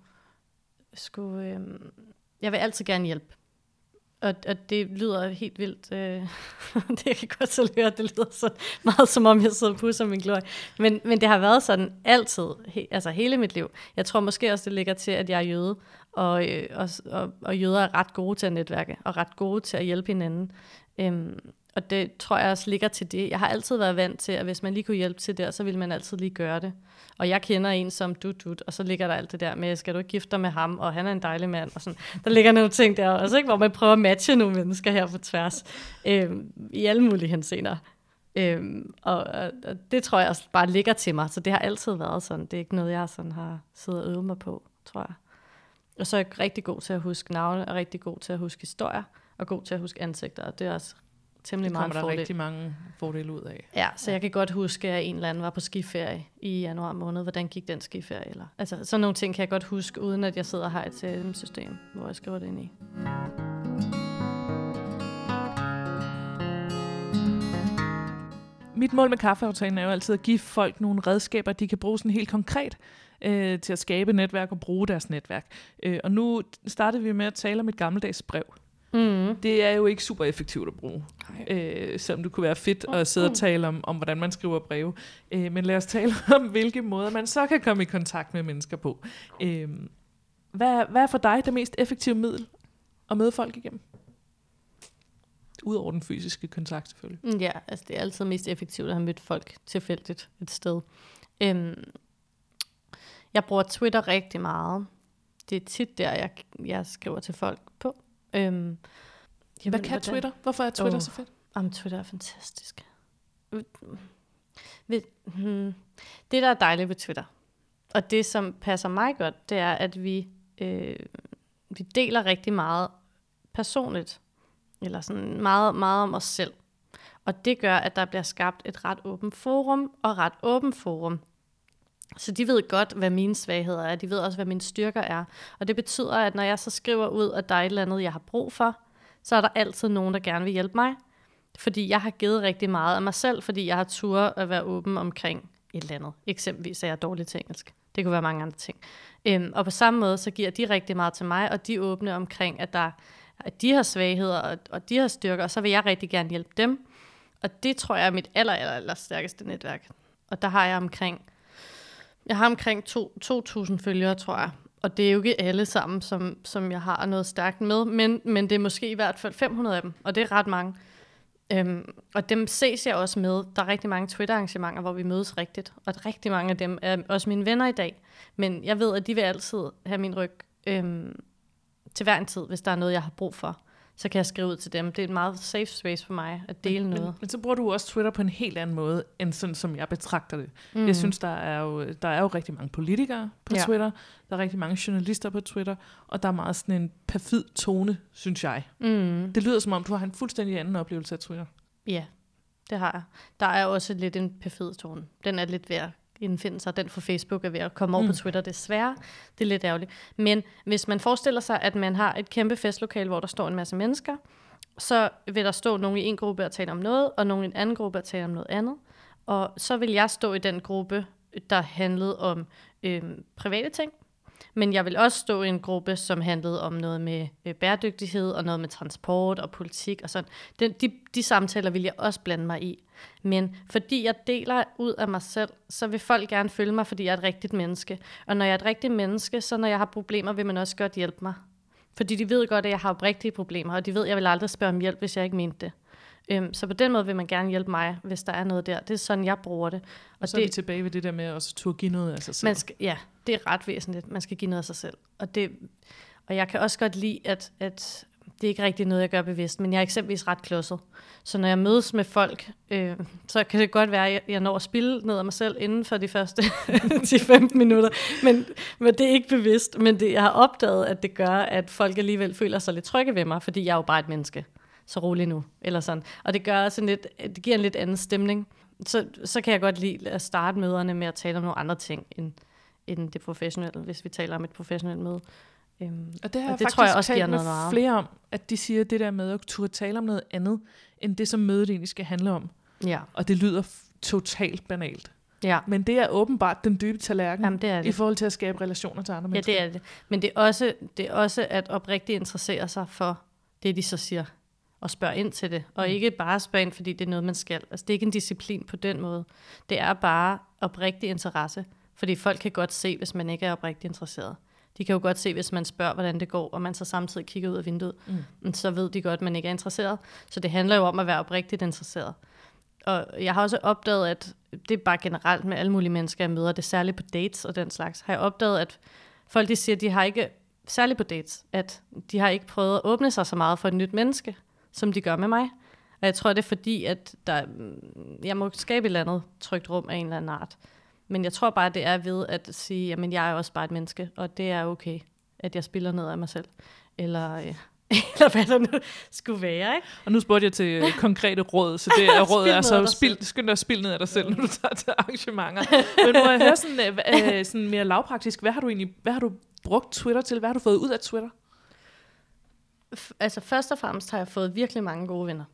jeg vil altid gerne hjælpe. Og det lyder helt vildt. Det kan godt så høre, det lyder så meget, som om jeg sidder og pusser min glorie. Men det har været sådan altid, altså hele mit liv. Jeg tror måske også, det ligger til, at jeg er jøde, og jøder er ret gode til at netværke, og ret gode til at hjælpe hinanden. Og det tror jeg også ligger til det. Jeg har altid været vant til, at hvis man lige kunne hjælpe til det, så ville man altid lige gøre det. Og jeg kender en som dut, og så ligger der alt det der med, skal du ikke gifte dig med ham, og han er en dejlig mand, og sådan. Der ligger nogle ting der også, ikke? Hvor man prøver at matche nogle mennesker her på tværs, i alle mulige henseender. Og det tror jeg også bare ligger til mig, så det har altid været sådan. Det er ikke noget, jeg sådan har siddet og øvet mig på, tror jeg. Og så er jeg rigtig god til at huske navne, og rigtig god til at huske historier, og god til at huske ansigter, og det er også temmelig meget fordel. Det kommer der rigtig mange fordele ud af. Ja, så jeg kan godt huske, at en eller anden var på skiferie i januar måned. Hvordan gik den skiferie? Eller, altså, sådan nogle ting kan jeg godt huske, uden at jeg sidder og har et CRM-system, hvor jeg skriver det ind i. Mit mål med kaffeaftalen er jo altid at give folk nogle redskaber, de kan bruge sådan helt konkret til at skabe netværk og bruge deres netværk. Og nu startede vi med at tale om et gammeldags brev. Det er jo ikke super effektivt at bruge, selvom det kunne være fedt at sidde og tale om hvordan man skriver breve. Men lad os tale om, hvilke måder man så kan komme i kontakt med mennesker på. Hvad er for dig det mest effektive middel at møde folk igennem? Udover den fysiske kontakt selvfølgelig. Ja, altså det er altid mest effektivt at have mødt folk tilfældigt et sted. Jeg bruger Twitter rigtig meget. Det er tit der, jeg skriver til folk på. Hvad kan Twitter? Hvorfor er Twitter så fedt? Twitter er fantastisk. Det, der er dejligt ved Twitter, og det, som passer mig godt, det er, at vi deler rigtig meget personligt, eller sådan meget, meget om os selv. Og det gør, at der bliver skabt et ret åbent forum, Så de ved godt, hvad mine svagheder er. De ved også, hvad mine styrker er. Og det betyder, at når jeg så skriver ud, at der er et eller andet, jeg har brug for, så er der altid nogen, der gerne vil hjælpe mig. Fordi jeg har givet rigtig meget af mig selv, fordi jeg har turde at være åben omkring et eller andet. Eksempelvis er jeg dårlig til engelsk. Det kunne være mange andre ting. Og på samme måde, så giver de rigtig meget til mig, og de åbne omkring, at de har svagheder, og de har styrker, og så vil jeg rigtig gerne hjælpe dem. Og det tror jeg er mit aller stærkeste netværk. Og der har jeg omkring 2.000 følgere, tror jeg. Og det er jo ikke alle sammen, som jeg har noget stærkt med, men det er måske i hvert fald 500 af dem, og det er ret mange. Og dem ses jeg også med. Der er rigtig mange Twitter-arrangementer, hvor vi mødes rigtigt, og rigtig mange af dem er også mine venner i dag. Men jeg ved, at de vil altid have min ryg til hver en tid, hvis der er noget, jeg har brug for. så kan jeg skrive ud til dem. Det er et meget safe space for mig at dele noget. Men så bruger du også Twitter på en helt anden måde, end sådan, som jeg betragter det. Jeg synes, der er jo rigtig mange politikere på Twitter, der er rigtig mange journalister på Twitter, og der er meget sådan en perfid tone, synes jeg. Det lyder som om, du har en fuldstændig anden oplevelse af Twitter. Ja, det har jeg. Der er også lidt en perfid tone. Den er lidt ved at indfinde sig. Den fra Facebook er ved at komme over på Twitter, desværre. Det er lidt ærgerligt. Men hvis man forestiller sig, at man har et kæmpe festlokale, hvor der står en masse mennesker, så vil der stå nogen i en gruppe og tale om noget, og nogen i en anden gruppe og tale om noget andet. Og så vil jeg stå i den gruppe, der handlede om private ting. Men jeg vil også stå i en gruppe, som handlede om noget med bæredygtighed, og noget med transport og politik og sådan. De samtaler vil jeg også blande mig i. Men fordi jeg deler ud af mig selv, så vil folk gerne følge mig, fordi jeg er et rigtigt menneske. Og når jeg er et rigtigt menneske, så når jeg har problemer, vil man også godt hjælpe mig. Fordi de ved godt, at jeg har oprigtige problemer, og de ved, at jeg vil aldrig spørge om hjælp, hvis jeg ikke mente det. Så på den måde vil man gerne hjælpe mig, hvis der er noget der. Det er sådan, jeg bruger det. Og så er vi tilbage ved det der med at også turde give noget af sig selv. Ja, det er ret væsentligt. Man skal give noget af sig selv. Og jeg kan også godt lide, at det er ikke rigtig noget, jeg gør bevidst, men jeg er eksempelvis ret klodset. Så når jeg mødes med folk, så kan det godt være, at jeg når at spilde ned af mig selv inden for de første 10-15 minutter. Men det er ikke bevidst. Men jeg har opdaget, at det gør, at folk alligevel føler sig lidt trygge ved mig, fordi jeg er jo bare et menneske. Så rolig nu, eller sådan. Og det gør sådan lidt, det giver en lidt anden stemning. Så kan jeg godt lide at starte møderne med at tale om nogle andre ting, end det professionelle, hvis vi taler om et professionelt møde. Og det har jeg det faktisk tror jeg også talt med flere om, at de siger det der med at turde tale om noget andet, end det, som mødet egentlig skal handle om. Ja. Og det lyder totalt banalt. Ja. Men det er åbenbart den dybe tallerken. Jamen, det er det. I forhold til at skabe relationer til andre mennesker. Ja, det er det. Men det er også at oprigtigt interessere sig for det, de så siger, og spørge ind til det. Og ikke bare spørge ind, fordi det er noget, man skal. Altså, det er ikke en disciplin på den måde. Det er bare oprigtig interesse. Fordi folk kan godt se, hvis man ikke er oprigtigt interesseret. De kan jo godt se, hvis man spørger, hvordan det går, og man så samtidig kigger ud af vinduet. Så ved de godt, at man ikke er interesseret. Så det handler jo om at være oprigtigt interesseret. Og jeg har også opdaget, at det er bare generelt med alle mulige mennesker, jeg møder, det er særligt på dates og den slags, har jeg opdaget, at folk de siger, at de har ikke, særligt på dates, at de har ikke prøvet at åbne sig så meget for et nyt menneske, som de gør med mig. Og jeg tror, det er fordi, at jeg må skabe et eller andet trygt rum af en eller anden art. Men jeg tror bare, det er ved at sige, jamen jeg er også bare et menneske, og det er okay, at jeg spiller ned af mig selv. Eller hvad der nu skulle være, ikke? Og nu spurgte jeg til konkrete råd, så det er råd er så skynd dig at spille ned af dig selv, når du tager til arrangementer. Men må jeg høre sådan mere lavpraktisk, hvad har du brugt Twitter til? Hvad har du fået ud af Twitter? Altså først og fremmest har jeg fået virkelig mange gode venner.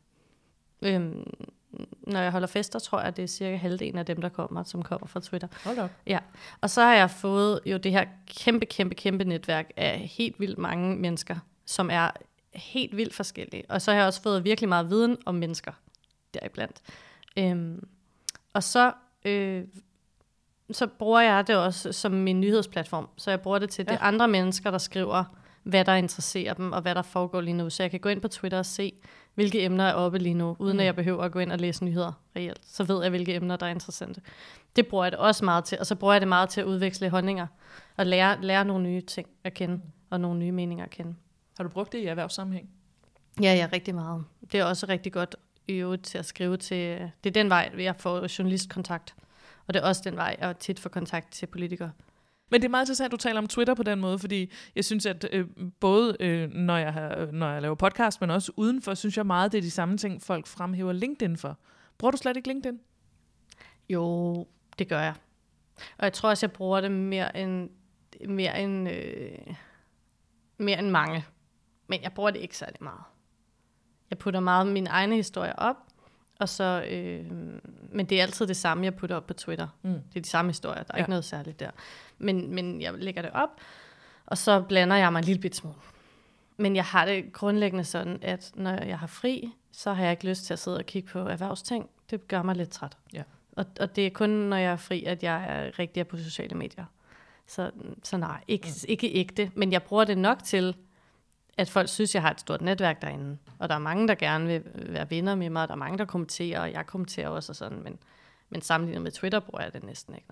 Når jeg holder fester, tror jeg, det er cirka halvdelen af dem, som kommer fra Twitter. Hold op. Ja. Og så har jeg fået jo det her kæmpe netværk af helt vildt mange mennesker, som er helt vildt forskellige. Og så har jeg også fået virkelig meget viden om mennesker deriblandt. Og så bruger jeg det også som min nyhedsplatform. Så jeg bruger det til, det andre mennesker, der skriver, hvad der interesserer dem, og hvad der foregår lige nu. Så jeg kan gå ind på Twitter og se, hvilke emner er oppe lige nu, uden at jeg behøver at gå ind og læse nyheder reelt. Så ved jeg, hvilke emner, der er interessante. Det bruger jeg det også meget til, og så bruger jeg det meget til at udveksle holdninger, og lære nogle nye ting at kende, og nogle nye meninger at kende. Har du brugt det i erhvervssammenhæng? Ja, rigtig meget. Det er også rigtig godt til at skrive til. Det er den vej, jeg får journalistkontakt, og det er også den vej, jeg tit får kontakt til politikere. Men det er meget interessant, at du taler om Twitter på den måde, fordi jeg synes, at både når jeg laver podcast, men også udenfor, synes jeg meget, det er de samme ting, folk fremhæver LinkedIn for. Bruger du slet ikke LinkedIn? Jo, det gør jeg. Og jeg tror også, jeg bruger det mere end mange. Men jeg bruger det ikke særlig meget. Jeg putter meget mine egne historier op, og så, men det er altid det samme, jeg putter op på Twitter. Det er de samme historier, der er ikke noget særligt der. Men jeg lægger det op, og så blander jeg mig en lille bit smule. Men jeg har det grundlæggende sådan, at når jeg har fri, så har jeg ikke lyst til at sidde og kigge på erhvervsting. Det gør mig lidt træt. Ja. Og det er kun, når jeg er fri, at jeg er rigtig på sociale medier. Så nej, ikke ægte. Men jeg bruger det nok til, at folk synes, jeg har et stort netværk derinde. Og der er mange, der gerne vil være venner med mig, og der er mange, der kommenterer, og jeg kommenterer også og sådan. Men sammenlignet med Twitter bruger jeg det næsten ikke, nej.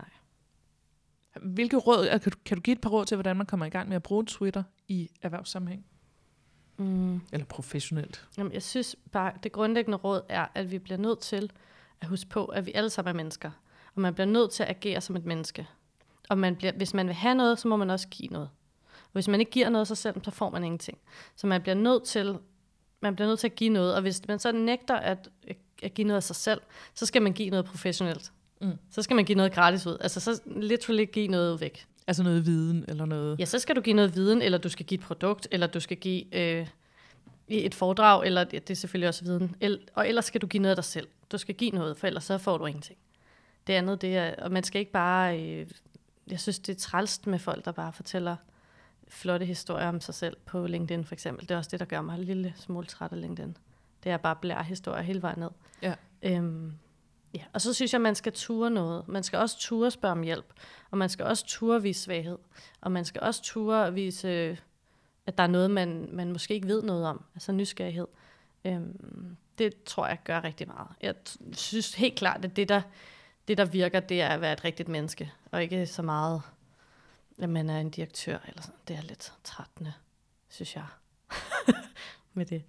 Hvilke råd, kan du give et par råd til, hvordan man kommer i gang med at bruge Twitter i erhvervssammenhæng? Eller professionelt? Jamen, jeg synes bare, det grundlæggende råd er, at vi bliver nødt til at huske på, at vi alle sammen er mennesker. Og man bliver nødt til at agere som et menneske. Og hvis man vil have noget, så må man også give noget. Og hvis man ikke giver noget sig selv, så får man ingenting. Så man bliver nødt til at give noget. Og hvis man så nægter at give noget af sig selv, så skal man give noget professionelt. Så skal man give noget gratis ud. Altså så literally give noget væk. Altså noget viden eller noget? Ja, så skal du give noget viden, eller du skal give et produkt, eller du skal give et foredrag, eller det er selvfølgelig også viden. Og ellers skal du give noget af dig selv. Du skal give noget, for ellers så får du ingenting. Det andet, det er, og man skal ikke bare... jeg synes, det er trælst med folk, der bare fortæller flotte historier om sig selv på LinkedIn for eksempel. Det er også det, der gør mig en lille smule træt af LinkedIn. Det er bare blærhistorier hele vejen ned. Ja. Ja. Og så synes jeg, man skal ture noget. Man skal også ture spørge om hjælp. Og man skal også ture vise svaghed. Og man skal også ture vise, at der er noget, man måske ikke ved noget om. Altså nysgerrighed. Det tror jeg gør rigtig meget. Jeg synes helt klart, at det der virker, det er at være et rigtigt menneske. Og ikke så meget, at man er en direktør. Eller sådan. Det er lidt trættende, synes jeg, med det.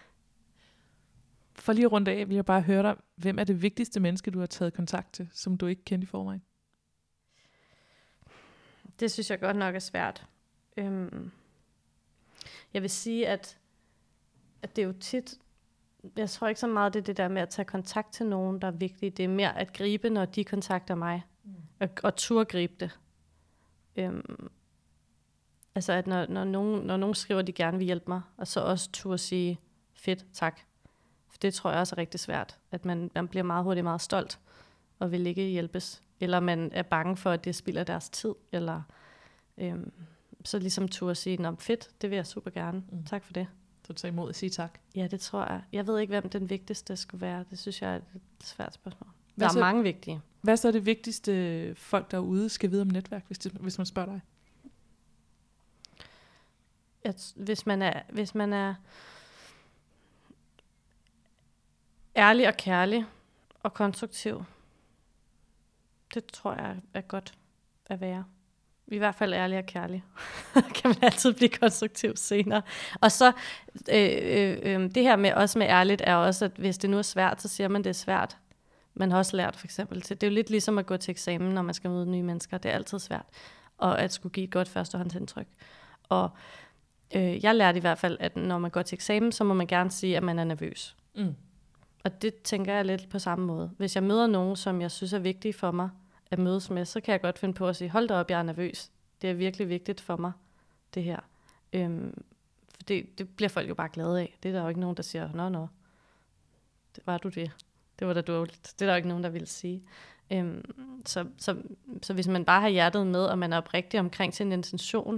For lige rundt af vil jeg bare høre dig, hvem er det vigtigste menneske, du har taget kontakt til, som du ikke kendte i forvejen? Det synes jeg godt nok er svært. Jeg vil sige, at det er jo tit, jeg tror ikke så meget, det er det der med at tage kontakt til nogen, der er vigtigt. Det er mere at gribe, når de kontakter mig. Og turde gribe det. Altså, at når nogen skriver, at de gerne vil hjælpe mig, og så også turde sige, fedt, tak. For det tror jeg også er rigtig svært. At man bliver meget hurtigt meget stolt, og vil ikke hjælpes. Eller man er bange for, at det spilder deres tid. Eller så ligesom turde sige, nå fedt, det vil jeg super gerne. Tak for det. Så tager imod og sige tak. Ja, det tror jeg. Jeg ved ikke, hvem den vigtigste skulle være. Det synes jeg er et svært spørgsmål. Der er mange vigtige. Hvad så er det vigtigste, folk derude skal vide om netværk, hvis man spørger dig? Hvis man er ærlig og kærlig og konstruktiv, det tror jeg er godt at være. I hvert fald ærlig og kærlig. Kan man altid blive konstruktiv senere. Og så det her med også med ærligt er også, at hvis det nu er svært, så siger man, det er svært. Man har også lært for eksempel til. Det er jo lidt ligesom at gå til eksamen, når man skal møde nye mennesker. Det er altid svært. Og at skulle give et godt førstehåndsindtryk. Og jeg lærte i hvert fald, at når man går til eksamen, så må man gerne sige, at man er nervøs. Og det tænker jeg lidt på samme måde. Hvis jeg møder nogen, som jeg synes er vigtige for mig at mødes med, så kan jeg godt finde på at sige, hold da op, jeg er nervøs. Det er virkelig vigtigt for mig, det her. For det bliver folk jo bare glade af. Det er der jo ikke nogen, der siger, nå, det var du det. Det var da dårligt. Det er der jo ikke nogen, der vil sige. Så hvis man bare har hjertet med, og man er oprigtig omkring sin intention,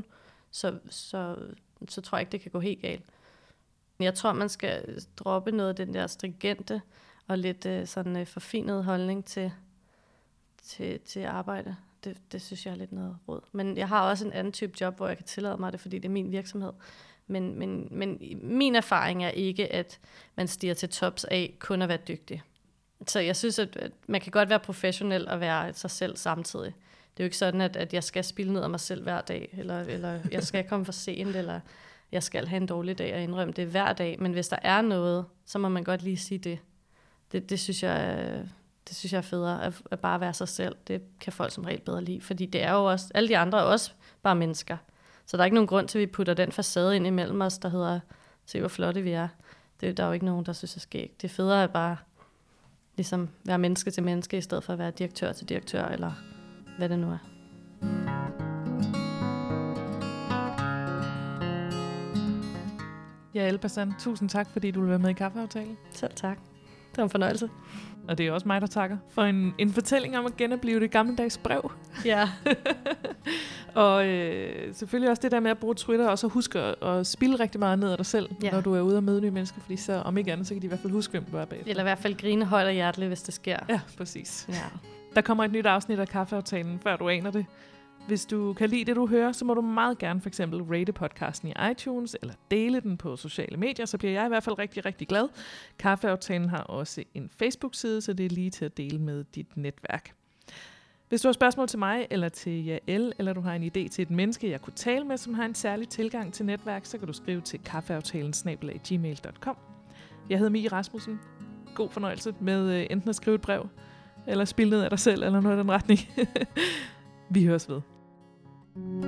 så tror jeg ikke, det kan gå helt galt. Jeg tror, man skal droppe noget af den der stringente og lidt sådan forfinede holdning til arbejde. Det synes jeg er lidt noget råd. Men jeg har også en anden type job, hvor jeg kan tillade mig det, fordi det er min virksomhed. Men min erfaring er ikke, at man stiger til tops af kun at være dygtig. Så jeg synes, at man kan godt være professionel og være sig selv samtidig. Det er jo ikke sådan, at jeg skal spille ned af mig selv hver dag, eller jeg skal komme for sent, eller jeg skal have en dårlig dag og indrømme det hver dag. Men hvis der er noget, så må man godt lige sige det. Det synes jeg er federe, at bare være sig selv. Det kan folk som regel bedre lide, fordi det er jo også, alle de andre er også bare mennesker. Så der er ikke nogen grund til, at vi putter den facade ind imellem os, der hedder, se hvor flotte vi er. Der er jo ikke nogen, der synes er skægt. Det er federe at bare ligesom være menneske til menneske, i stedet for at være direktør til direktør, eller hvad det nu er. Ja, Elbasan, tusind tak, fordi du vil være med i Kaffeaftalen. Selv tak. Det var en fornøjelse. Og det er også mig, der takker for en fortælling om at genopleve det gammeldags brev. Ja. Og selvfølgelig også det der med at bruge Twitter, og så huske at spille rigtig meget ned af dig selv, når du er ude og møde nye mennesker, fordi så om ikke andet, så kan de i hvert fald huske, hvem du er bagefter. Eller i hvert fald grine højt og hjerteligt, hvis det sker. Ja, præcis. Ja. Der kommer et nyt afsnit af Kaffeaftalen, før du aner det. Hvis du kan lide det, du hører, så må du meget gerne for eksempel rate podcasten i iTunes, eller dele den på sociale medier, så bliver jeg i hvert fald rigtig, rigtig glad. Kaffeaftalen har også en Facebook-side, så det er lige til at dele med dit netværk. Hvis du har spørgsmål til mig, eller til Jael, eller du har en idé til et menneske, jeg kunne tale med, som har en særlig tilgang til netværk, så kan du skrive til kaffeaftalen@gmail.com. Jeg hedder Mie Rasmussen. God fornøjelse med enten at skrive et brev, eller spille ned af dig selv, eller noget i den retning. Vi høres ved.